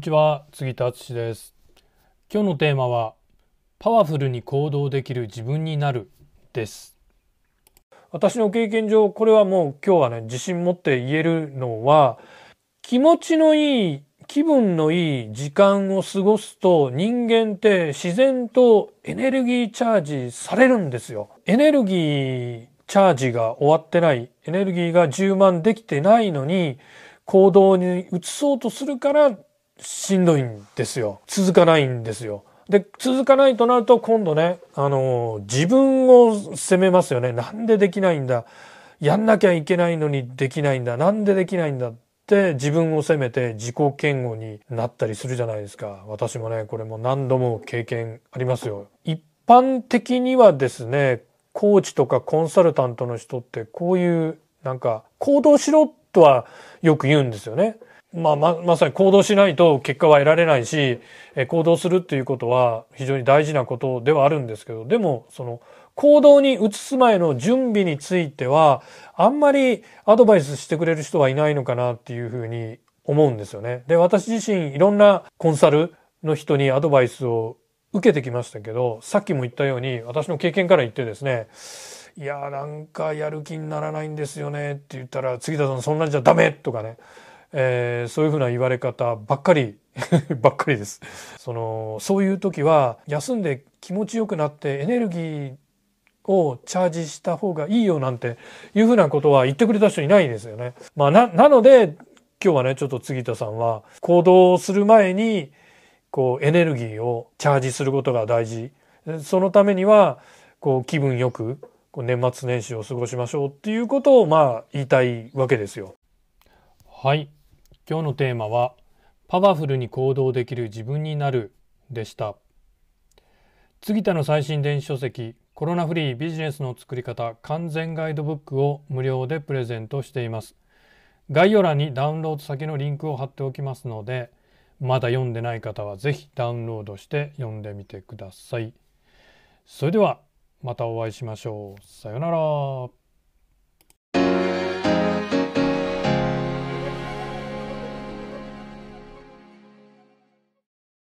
こんにちは、杉田敦です。今日のテーマはパワフルに行動できる自分になるです。私の経験上、これはもう今日はね、自信持って言えるのは、気持ちのいい、気分のいい時間を過ごすと人間って自然とエネルギーチャージされるんですよ。エネルギーチャージが終わってない、エネルギーが充満できてないのに行動に移そうとするからしんどいんですよ。続かないんですよ。で、続かないとなると今度ね、自分を責めますよね。なんでできないんだ。やんなきゃいけないのにできないんだ。なんでできないんだって自分を責めて自己嫌悪になったりするじゃないですか。私もね、これも何度も経験ありますよ。一般的にはですね、コーチとかコンサルタントの人ってこういう行動しろとはよく言うんですよね。まさに行動しないと結果は得られないし、行動するっていうことは非常に大事なことではあるんですけど、でもその行動に移す前の準備についてはあんまりアドバイスしてくれる人はいないのかなっていうふうに思うんですよね。で、私自身いろんなコンサルの人にアドバイスを受けてきましたけど、さっきも言ったように私の経験から言ってですね、いやなんかやる気にならないんですよねって言ったら、杉田さんそんなんじゃダメとかね、そういうふうな言われ方ばっかりばっかりです。そういう時は休んで気持ちよくなってエネルギーをチャージした方がいいよなんていうふうなことは言ってくれた人いないですよね。なので今日はね、ちょっと杉田さんは行動する前にエネルギーをチャージすることが大事。そのためには気分よく年末年始を過ごしましょうっていうことを言いたいわけですよ。はい。今日のテーマはパワフルに行動できる自分になるでした。杉田の最新電子書籍コロナフリービジネスの作り方完全ガイドブックを無料でプレゼントしています。概要欄にダウンロード先のリンクを貼っておきますので、まだ読んでない方はぜひダウンロードして読んでみてください。それではまたお会いしましょう。さようなら。